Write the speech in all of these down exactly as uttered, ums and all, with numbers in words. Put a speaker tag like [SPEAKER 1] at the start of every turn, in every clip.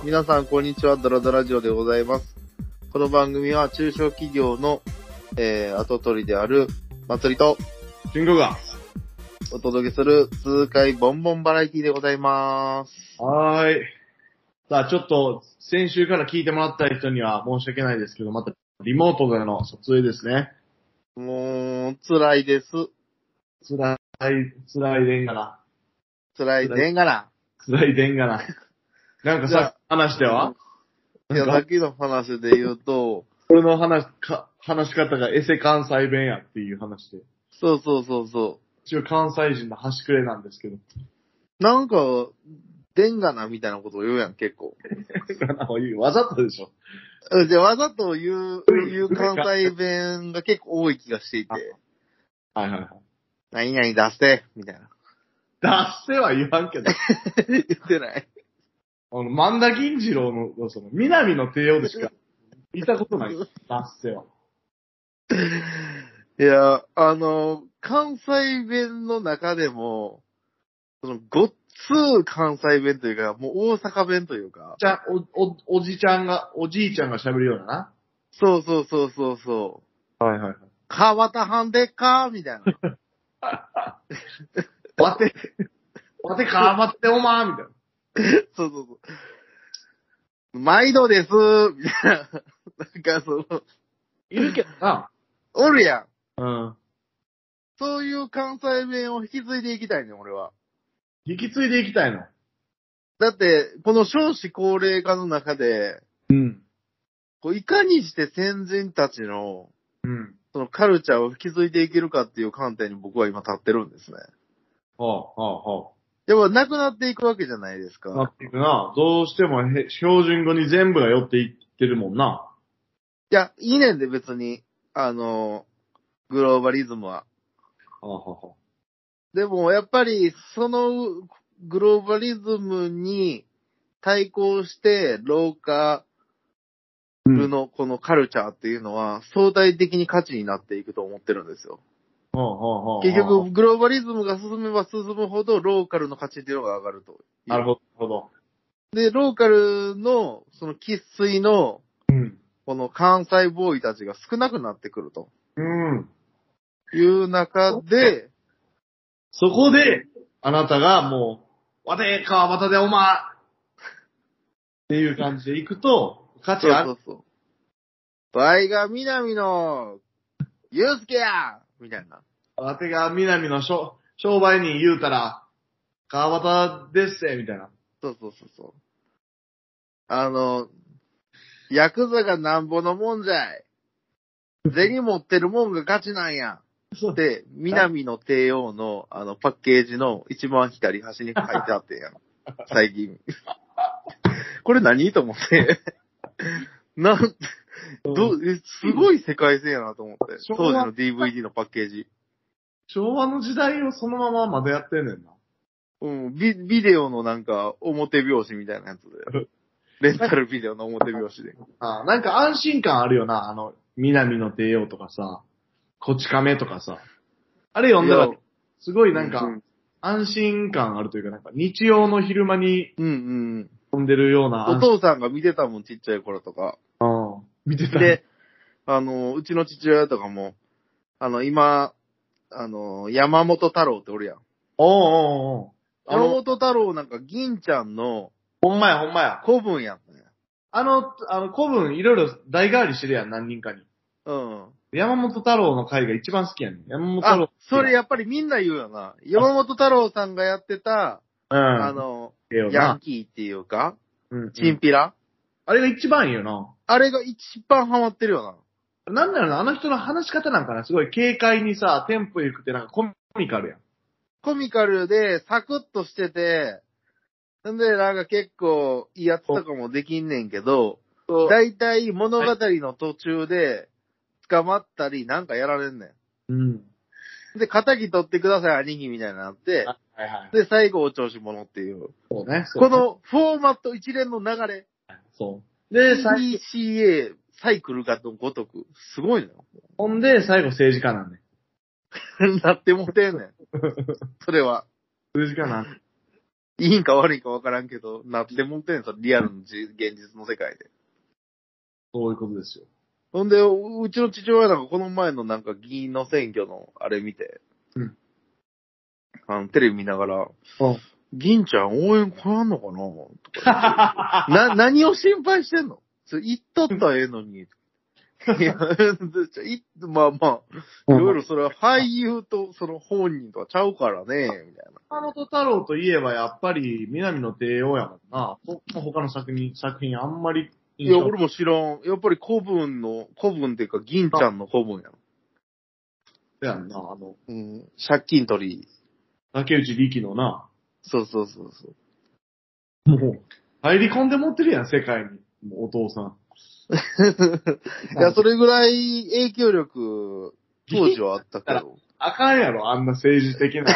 [SPEAKER 1] 皆さんこんにちは、ドラドラジオでございます。この番組は中小企業の、えー、後取りである祭りと
[SPEAKER 2] 慎吾が
[SPEAKER 1] お届けする痛快ボンボンバラエティでございます。
[SPEAKER 2] はーい。さあ、ちょっと先週から聞いてもらった人には申し訳ないですけど、またリモートでの撮影ですね。
[SPEAKER 1] もう、辛いです。
[SPEAKER 2] 辛い、辛いでんがな。
[SPEAKER 1] 辛いでんがな。
[SPEAKER 2] 辛いでんがな。なんかさ、話してはい
[SPEAKER 1] や、さっきの話で言うと、
[SPEAKER 2] 俺の話、か、話し方がエセ関西弁やっていう話で。
[SPEAKER 1] そうそうそうそ
[SPEAKER 2] 一応関西人の端くれなんですけど。
[SPEAKER 1] う。なんか、でんがなみたいなことを言うやん、結構。
[SPEAKER 2] わざとでしょ。
[SPEAKER 1] じゃあわざと言う、言う関西弁が結構多い気がしていて。
[SPEAKER 2] はいはいはい。
[SPEAKER 1] 何々出して、みたいな。
[SPEAKER 2] 出せは言わんけど。
[SPEAKER 1] 言ってない。
[SPEAKER 2] あの、万田銀次郎の、その、南の帝王でしか見たことない。出せは。
[SPEAKER 1] いや、あの、関西弁の中でも、その、ごっつー関西弁というか、もう大阪弁というか。
[SPEAKER 2] じゃ、お、お、おじちゃんが、おじいちゃんが喋るようなな。
[SPEAKER 1] そうそうそうそうそう。
[SPEAKER 2] はいはいはい。
[SPEAKER 1] 川田はんでっかーみたいな。
[SPEAKER 2] わて、わてかまっておまーみたいな。
[SPEAKER 1] そうそうそう。毎度ですーみたいな。なんかその、
[SPEAKER 2] いるけどな。
[SPEAKER 1] おるやん。
[SPEAKER 2] うん。
[SPEAKER 1] そういう関西弁を引き継いでいきたいね、俺は。
[SPEAKER 2] 引き継いでいきたいの。
[SPEAKER 1] だって、この少子高齢化の中で、
[SPEAKER 2] うん。
[SPEAKER 1] こういかにして先人たちの、
[SPEAKER 2] うん。
[SPEAKER 1] そのカルチャーを引き継いでいけるかっていう観点に僕は今立ってるんですね。
[SPEAKER 2] はあ、はあ、は
[SPEAKER 1] やっぱなくなっていくわけじゃないです
[SPEAKER 2] あ。な
[SPEAKER 1] か。
[SPEAKER 2] っていくな。どうしてもへ標準語に全部が寄っていってるもんな。
[SPEAKER 1] いや、いいねんで別に、あの、グローバリズムは。
[SPEAKER 2] はあ、はあ、はあ。
[SPEAKER 1] でもやっぱり、そのグローバリズムに対抗して老化のこのカルチャーっていうのは相対的に価値になっていくと思ってるんですよ。
[SPEAKER 2] はあ、はあ、はあ。
[SPEAKER 1] 結局、グローバリズムが進めば進むほどローカルの価値っていうのが上がると。
[SPEAKER 2] なるほど。
[SPEAKER 1] で、ローカルの、その喫水の、
[SPEAKER 2] うん。
[SPEAKER 1] この関西ボーイたちが少なくなってくると。
[SPEAKER 2] うん。
[SPEAKER 1] いう中で、
[SPEAKER 2] そこで、あなたがもう、わて川端でおまっていう感じで行くと、価値がある。
[SPEAKER 1] そうそうそう。わいが南の、ゆうすけやみたいな。
[SPEAKER 2] わてが南の商商売人言うたら、川端ですせ、みたいな。
[SPEAKER 1] そうそうそうそう。あの、ヤクザがなんぼのもんじゃい。銭持ってるもんが勝ちなんや。で、南の帝王の、あの、パッケージの一番左端に書いてあってんやん。最近。これ何と思って。なん、ど、えすごい世界線やなと思って。当時の ディーブイディー のパッケージ。
[SPEAKER 2] 昭和の時代をそのまままだやってんねんな。
[SPEAKER 1] うん、ビ、ビデオのなんか、表表紙みたいなやつで。レンタルビデオの表表紙で。
[SPEAKER 2] あなんか安心感あるよな。あの、南の帝王とかさ、こち亀とかさ。あれ読んだら、すごいなんか、安心感あるというか、なんか日曜の昼間に、
[SPEAKER 1] うんうん。
[SPEAKER 2] 読んでるような。
[SPEAKER 1] お父さんが見てたもん、ちっちゃい頃とか。
[SPEAKER 2] うん。見てた。
[SPEAKER 1] で、あの、うちの父親とかも、あの、今、あの、山本太郎っておるやん。
[SPEAKER 2] おうおうおう。
[SPEAKER 1] 山本太郎なんか銀ちゃんの
[SPEAKER 2] ほんまやほんまや。
[SPEAKER 1] 古文やんね。
[SPEAKER 2] あの、あの、古文いろいろ代替わりしてるやん、何人かに。
[SPEAKER 1] うん。
[SPEAKER 2] 山本太郎の回が一番好きやねん。山本太郎。
[SPEAKER 1] あ、それやっぱりみんな言うよな。山本太郎さんがやってた、
[SPEAKER 2] うん。
[SPEAKER 1] あの、ヤンキーっていうか、
[SPEAKER 2] うん、
[SPEAKER 1] チンピラ、
[SPEAKER 2] あれが一番いいよな。
[SPEAKER 1] あれが一番ハマってるよ
[SPEAKER 2] な。なんだろうな、あの人の話し方なんかな、すごい軽快にさ、テンポ良くてなんかコミカルやん。
[SPEAKER 1] コミカルでサクッとしてて、んでなんか結構いいやつとかもできんねんけど、だいたい物語の途中で捕まったりなんかやられんねん。
[SPEAKER 2] うん。
[SPEAKER 1] で、仇取ってください兄貴みたいになって、
[SPEAKER 2] はいはい。
[SPEAKER 1] で、最後お調子者っていう。
[SPEAKER 2] そうね。
[SPEAKER 1] このフォーマット一連の流れ。
[SPEAKER 2] そう。で、
[SPEAKER 1] 最後 ピーシーエー サイクルがのごとく。すごいのよ。
[SPEAKER 2] ほんで、最後政治家なんね。
[SPEAKER 1] なってもてんねん。それは。
[SPEAKER 2] 政治家なん
[SPEAKER 1] いいんか悪いんかわからんけど、なってもんてんさ、リアルのじ現実の世界で。
[SPEAKER 2] そういうことですよ。
[SPEAKER 1] ほんで、うちの父親なんかこの前のなんか議員の選挙のあれ見て、
[SPEAKER 2] うん。
[SPEAKER 1] あの、テレビ見ながら、
[SPEAKER 2] うん。
[SPEAKER 1] 銀ちゃん応援来やんのかなとか言ってな、何を心配してんのそれ言ったったらええのに。いや、いまあまあ、いろいろそれは俳優とその本人とはちゃうからね、みたいな。
[SPEAKER 2] 岡本太郎といえばやっぱり南の帝王やもんな。ほ他の作品、作品あんまり
[SPEAKER 1] いや、俺も知らん。やっぱり古文の、古文っていうか銀ちゃんの古文やん。
[SPEAKER 2] やんな、あの、
[SPEAKER 1] うん。借金取り。
[SPEAKER 2] 竹内力のな。
[SPEAKER 1] そうそうそうそう。
[SPEAKER 2] もう、入り込んで持ってるやん、世界に。もうお父さん。
[SPEAKER 1] いや、それぐらい影響力、当時はあったけど。
[SPEAKER 2] あかんやろ、あんな政治的な。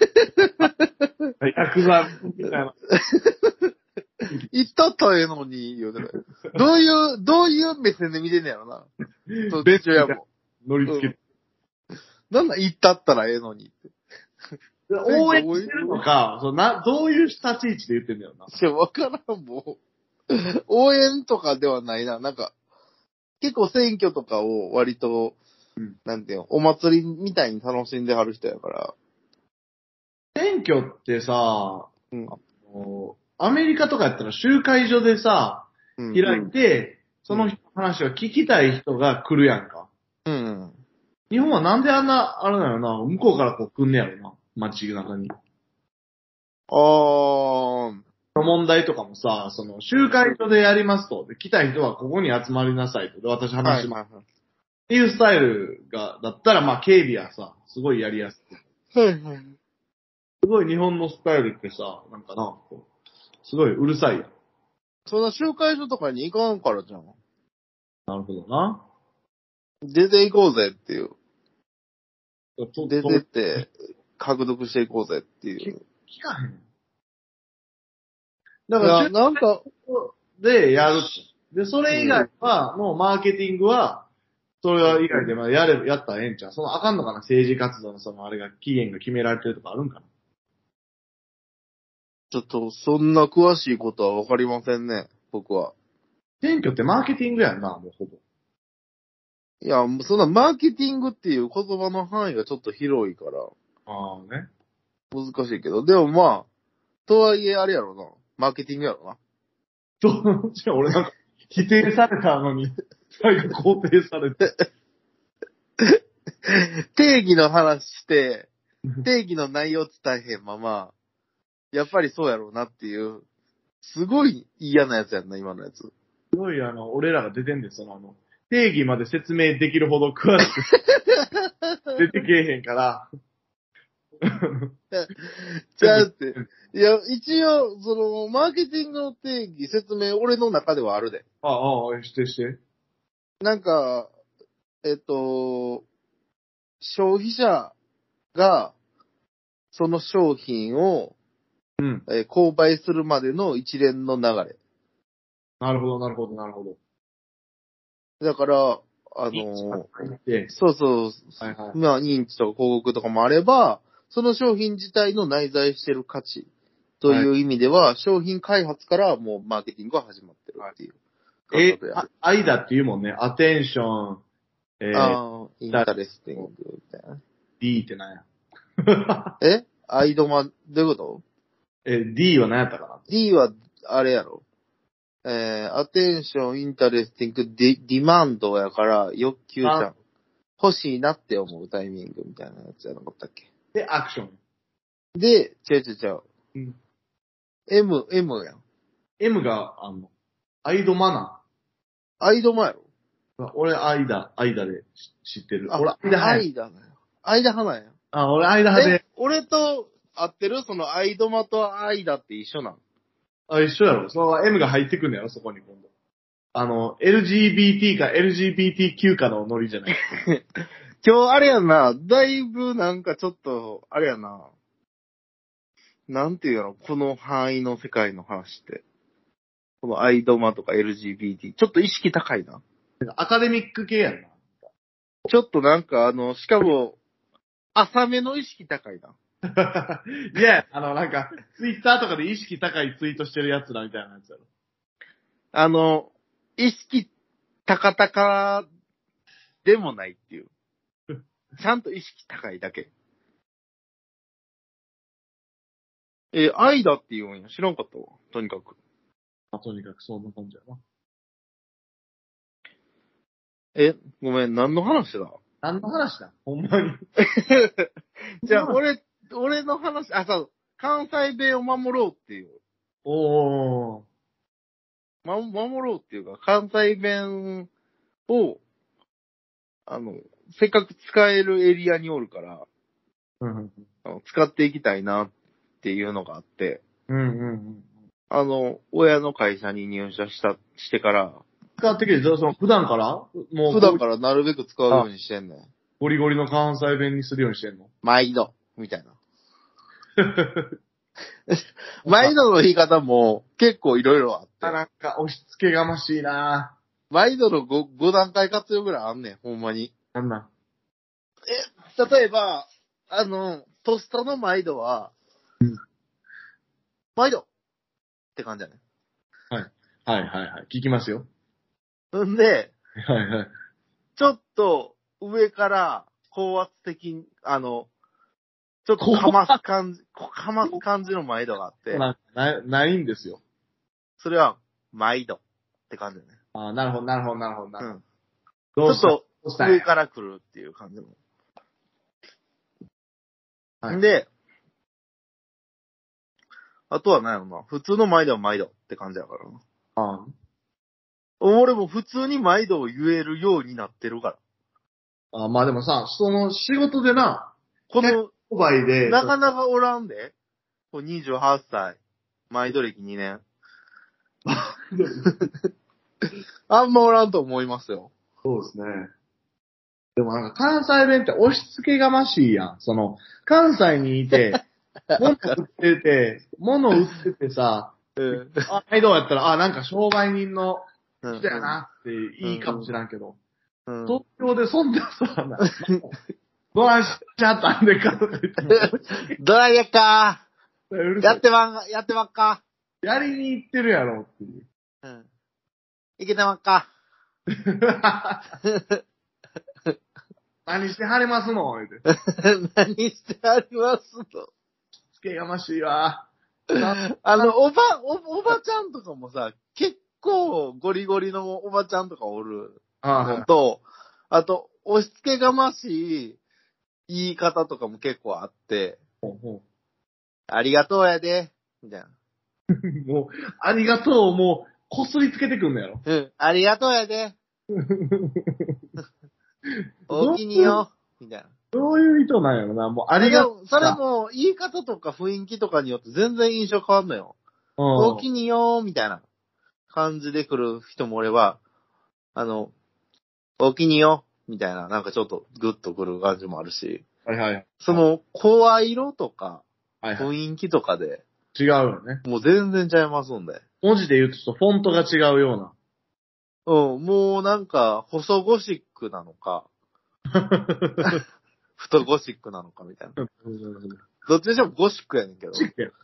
[SPEAKER 2] ヤクザみたいな。
[SPEAKER 1] 言ったったらええのに、言うてる。どういう、どういう目線で見てんねやろな。そう、
[SPEAKER 2] 別
[SPEAKER 1] 父親も。
[SPEAKER 2] 乗り付けて。
[SPEAKER 1] なんだ、言ったったらええのにって。
[SPEAKER 2] 応援してるのか、そうな、どういう立ち位置で言ってんだよな。
[SPEAKER 1] いや、わからん、もう。応援とかではないな。なんか、結構選挙とかを割と、うん、なんていうの、お祭りみたいに楽しんではる人やから。
[SPEAKER 2] 選挙ってさ、
[SPEAKER 1] うん、
[SPEAKER 2] あのアメリカとかやったら集会所でさ、うん、開いて、その話を聞きたい人が来るやんか。
[SPEAKER 1] うん。
[SPEAKER 2] 日本はなんであんな、あれだよな、向こうからこう来んねやろな、街中に。
[SPEAKER 1] あー。
[SPEAKER 2] 問題とかもさ、その、集会所でやりますと。で、来た人はここに集まりなさいと。で、私話します。はいはいはい、っていうスタイルが、だったら、まあ、警備はさ、すごいやりやすい。
[SPEAKER 1] はいはい。
[SPEAKER 2] すごい日本のスタイルってさ、なんかな、すごいうるさいやん。
[SPEAKER 1] そんな集会所とかに行かんからじゃん。
[SPEAKER 2] なるほどな。
[SPEAKER 1] 出て行こうぜっていう。出てって、獲得していこうぜっていう。
[SPEAKER 2] 聞かへん。だから、なんか、でやる。で、それ以外は、もうマーケティングは、それ以外でまあやれ、やったらええんちゃう。そのあかんのかな、政治活動のそのあれが、期限が決められてるとかあるんかな。
[SPEAKER 1] ちょっと、そんな詳しいことはわかりませんね、僕は。
[SPEAKER 2] 選挙ってマーケティングやんな、もうほぼ。
[SPEAKER 1] いや、そんなマーケティングっていう言葉の範囲がちょっと広いから。
[SPEAKER 2] ああね。
[SPEAKER 1] 難しいけど、でもまあ、とはいえあれやろな。マーケティングやろな。
[SPEAKER 2] と、じゃあ俺なんか、否定されたのに、最後肯定されて。
[SPEAKER 1] 定義の話して、定義の内容伝えへんまま、やっぱりそうやろうなっていう、すごい嫌なやつやんな、今のやつ。す
[SPEAKER 2] ごいあの、俺らが出てんです、そのあの、定義まで説明できるほど詳しく出てけえへんから。
[SPEAKER 1] じゃあって、いや、一応、その、マーケティングの定義、説明、俺の中ではあるで。
[SPEAKER 2] ああ、ああ、してして。
[SPEAKER 1] なんか、えっと、消費者が、その商品を、
[SPEAKER 2] うん。
[SPEAKER 1] えー購買するまでの一連の流れ。
[SPEAKER 2] なるほど、なるほど、なるほど。
[SPEAKER 1] だから、あのー、
[SPEAKER 2] そ
[SPEAKER 1] そうそう、
[SPEAKER 2] はいはい、
[SPEAKER 1] まあ、認知とか広告とかもあれば、その商品自体の内在してる価値という意味では、はい、商品開発からもうマーケティングが始まってるっていう。
[SPEAKER 2] はい、えー、愛だっていうもんね。アテンション、
[SPEAKER 1] えー、ああ、インタレスティングみたいな。
[SPEAKER 2] D って何や
[SPEAKER 1] えアイドマ、どういうこと
[SPEAKER 2] え、D は何やったかな
[SPEAKER 1] ?D は、あれやろ。えー、アテンション、インタレスティング、ディ、ディマンドやから欲求じゃん。欲しいなって思うタイミングみたいなやつやなかったっけ。
[SPEAKER 2] で、アクション。
[SPEAKER 1] で、違う違う違う。
[SPEAKER 2] うん。
[SPEAKER 1] M、M やん。
[SPEAKER 2] M が、あの、アイドマナ
[SPEAKER 1] ー。アイドマやろ
[SPEAKER 2] 俺、アイダ、アイダで知ってる。
[SPEAKER 1] あ、
[SPEAKER 2] 俺、
[SPEAKER 1] アイダ派や。アイダだよ。アイダ派なんや。
[SPEAKER 2] あ、俺、アイダ派で。
[SPEAKER 1] 俺と合ってるそのアイドマとアイダって一緒なの
[SPEAKER 2] あ、一緒やろ。その M が入ってくんのやろ、そこに今度。あの、エルジービーティー か エルジービーティーキュー かのノリじゃない。
[SPEAKER 1] 今日あれやな、だいぶなんかちょっと、あれやな。なんていうやろ、この範囲の世界の話って。このアイドマとか エルジービーティー。ちょっと意識高いな。
[SPEAKER 2] アカデミック系やんな。
[SPEAKER 1] ちょっとなんかあの、しかも、浅めの意識高いな。
[SPEAKER 2] いや、あの、なんか、ツイッターとかで意識高いツイートしてるやつらみたいなやつやろ。
[SPEAKER 1] あの、意識高々でもないっていう。ちゃんと意識高いだけ。え、愛だって言うんや。知らんかったわ。とにかく。
[SPEAKER 2] まあ、とにかくそんな感じやな。
[SPEAKER 1] え、ごめん、何の話だ
[SPEAKER 2] 何の話だほんまに。
[SPEAKER 1] じゃあ、俺、俺の話、あ、そう、関西弁を守ろうっていう。
[SPEAKER 2] おー。
[SPEAKER 1] ま、守ろうっていうか、関西弁を、あの、せっかく使えるエリアにおるから、
[SPEAKER 2] うんうん
[SPEAKER 1] あの使っていきたいなっていうのがあって、
[SPEAKER 2] うんうんうん。
[SPEAKER 1] あの、親の会社に入社した、してから、
[SPEAKER 2] 使ってきて、その普段からもう、
[SPEAKER 1] 普段からなるべく使うようにしてんねん。
[SPEAKER 2] ゴリゴリの関西弁にするようにしてんの
[SPEAKER 1] 毎度、みたいな。毎度の言い方も結構いろいろあっ
[SPEAKER 2] あ、
[SPEAKER 1] て、
[SPEAKER 2] なんか押し付けがましいな
[SPEAKER 1] 毎度の 5, 5段階活用ぐらいあんねん、ほんまに。
[SPEAKER 2] なんなん
[SPEAKER 1] え、例えば、あの、トストの毎度は、
[SPEAKER 2] うん
[SPEAKER 1] 毎度って感じだね。
[SPEAKER 2] はいはいはい。聞きますよ。
[SPEAKER 1] んで、
[SPEAKER 2] はいはい。
[SPEAKER 1] ちょっと上から高圧的に、あの、ちょっとかます感じ、かます感じの毎度があって、
[SPEAKER 2] ななないんですよ。
[SPEAKER 1] それは毎度って感じだね。
[SPEAKER 2] ああ、なるほど、なるほど、なるほど、なるほ
[SPEAKER 1] うん。
[SPEAKER 2] ど。どうした
[SPEAKER 1] ちょっと
[SPEAKER 2] どうしたんや
[SPEAKER 1] 上から来るっていう感じの。
[SPEAKER 2] はい
[SPEAKER 1] で、あとは何やろな。普通の毎度は毎度って感じやからな。
[SPEAKER 2] あ
[SPEAKER 1] 俺も普通に毎度を言えるようになってるから。
[SPEAKER 2] あ、まあでもさ、その仕事でな、
[SPEAKER 1] この、
[SPEAKER 2] 購買で、
[SPEAKER 1] なかなかおらんで。こうにじゅうはっさい。毎度歴にねん。あんまおらんと思いますよ。
[SPEAKER 2] そうですね。でもなんか関西弁って押し付けがましいやん。その、関西にいて、物売ってて、物売っててさ、
[SPEAKER 1] うん。
[SPEAKER 2] あ、はいどうやったら、あ、なんか商売人の
[SPEAKER 1] うん
[SPEAKER 2] 人やなっていいかもしらんけど、
[SPEAKER 1] うん。
[SPEAKER 2] 東京でそんなさ、などないしちゃったんでかとか言って
[SPEAKER 1] ドライヤーか
[SPEAKER 2] うる
[SPEAKER 1] ー。や
[SPEAKER 2] さい
[SPEAKER 1] ってまん、やってまっか。
[SPEAKER 2] やりに行ってるやろっていう。
[SPEAKER 1] うん。いけてまっか。
[SPEAKER 2] 何してはれますの言うて。
[SPEAKER 1] 何してありますの
[SPEAKER 2] つけがましいわ。
[SPEAKER 1] あの、おば、お、おばちゃんとかもさ、結構ゴリゴリのおばちゃんとかおる
[SPEAKER 2] あ
[SPEAKER 1] のと、あと、押し付けがましい言い方とかも結構あって、
[SPEAKER 2] ほうほ
[SPEAKER 1] ありがとうやで、みたいな。
[SPEAKER 2] うもう、ありがとう、もう、こすりつけてくんのやろ。
[SPEAKER 1] うん、ありがとうやで、おおきによ、みたいな。
[SPEAKER 2] どういう意図なんやろな。もう、ありがとう。
[SPEAKER 1] でもそれも言い方とか雰囲気とかによって全然印象変わんのよ。
[SPEAKER 2] うん、
[SPEAKER 1] おおきによ、みたいな感じで来る人も俺は、あの、おおきによ、みたいな、なんかちょっとグッと来る感じもあるし、
[SPEAKER 2] はいはい。
[SPEAKER 1] その、声色とか、
[SPEAKER 2] はいはい。
[SPEAKER 1] 雰囲気とかで、
[SPEAKER 2] 違うよね。
[SPEAKER 1] もう全然ちゃいますんで。
[SPEAKER 2] 文字で言うとちょっとフォントが違うような。
[SPEAKER 1] うん、もうなんか、細ゴシックなのか、太ゴシックなのかみたいな。どっちにしてもゴシックやねんけど。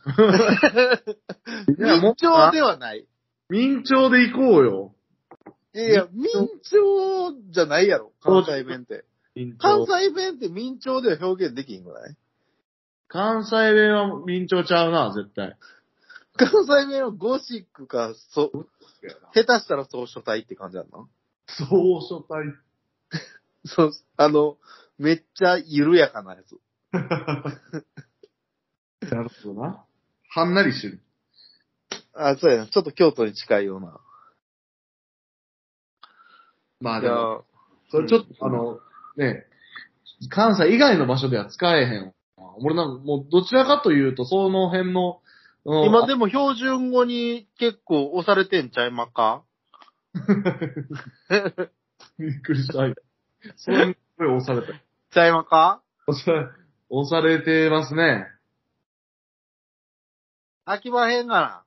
[SPEAKER 1] 明朝ではない。
[SPEAKER 2] 明朝で行こうよ。
[SPEAKER 1] いやいや、明朝じゃないやろ、関西弁って。
[SPEAKER 2] 明
[SPEAKER 1] 関
[SPEAKER 2] 朝。
[SPEAKER 1] 西弁って明朝では表現できんぐらい
[SPEAKER 2] 関西弁は明朝ちゃうな、絶対。
[SPEAKER 1] 関西弁はゴシックか、そ、下手したら総書体って感じやんな。
[SPEAKER 2] 総書体。
[SPEAKER 1] そう、あの、めっちゃ緩やかなやつ。
[SPEAKER 2] なるほどな。はんなりしてる。
[SPEAKER 1] あ、そうやな。ちょっと京都に近いような。いや
[SPEAKER 2] まあでも、それちょっと、あの、ね、関西以外の場所では使えへん。俺なんかもうどちらかというと、その辺の、うん
[SPEAKER 1] 今でも標準語に結構押されてんちゃいまっか
[SPEAKER 2] びっくりした。それに押された。
[SPEAKER 1] ちゃいまっか
[SPEAKER 2] 押さ押されてますね。
[SPEAKER 1] 飽きまへんが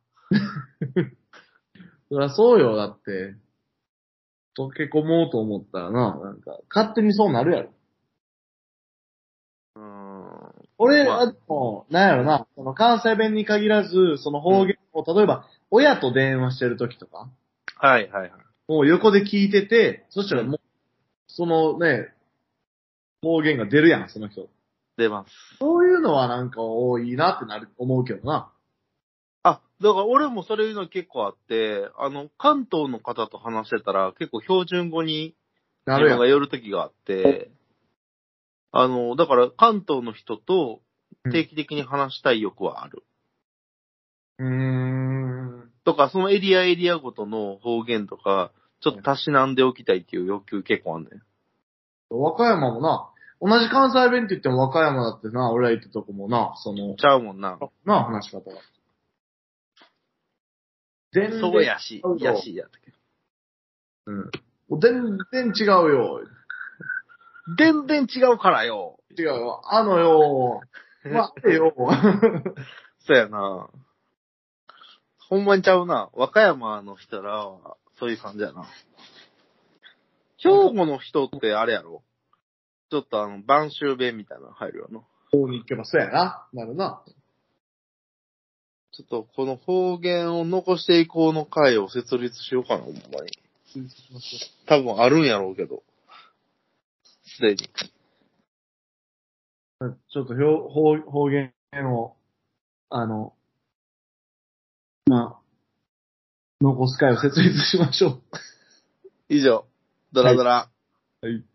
[SPEAKER 2] そりゃそうよ、だって。溶け込もうと思ったらな、なんか、勝手にそうなるやろ。
[SPEAKER 1] な。うーん。
[SPEAKER 2] 俺れ、
[SPEAKER 1] まあ
[SPEAKER 2] あと、なんやろな、その関西弁に限らず、その方言を、例えば、親と電話してる時とか、
[SPEAKER 1] はいはいはい。
[SPEAKER 2] もう横で聞いてて、そしたらもう、そのね、方言が出るやん、その人。
[SPEAKER 1] 出ます。
[SPEAKER 2] そういうのはなんか多いなってなる、思うけどな。
[SPEAKER 1] あ、だから俺もそれいうの結構あって、あの、関東の方と話してたら結構標準語に
[SPEAKER 2] なるやん。
[SPEAKER 1] 自分が寄る時があって、あの、だから関東の人と定期的に話したい欲はある。
[SPEAKER 2] うーん。
[SPEAKER 1] とか、そのエリアエリアごとの方言とか、ちょっとたしなんでおきたいっていう欲求結構あんねん。
[SPEAKER 2] 和歌山もな、同じ関西弁って言っても和歌山だってな、俺ら行ったとこもな、その、
[SPEAKER 1] ちゃうもんな。
[SPEAKER 2] な、話し方が。全然
[SPEAKER 1] そうやし、
[SPEAKER 2] 違うよ
[SPEAKER 1] やしやったけど。
[SPEAKER 2] うん。もう全然違うよ。
[SPEAKER 1] 全然違うからよ。
[SPEAKER 2] 違うよ。あのよ。待ってよ。
[SPEAKER 1] そうやな。ほんまにちゃうな。和歌山の人らは、そういう感じやな。兵庫の人ってあれやろ。ちょっとあの、晩秋弁みたいなの入るよな。
[SPEAKER 2] こうに行けばそうやな。なるな。
[SPEAKER 1] ちょっとこの方言を残していこうの会を設立しようかな、ほんまに。多分あるんやろうけど。すでに。
[SPEAKER 2] ちょっと方方方言を、あの、まあ、残す会を設立しましょう。
[SPEAKER 1] 以上、ドラドラ。
[SPEAKER 2] はい。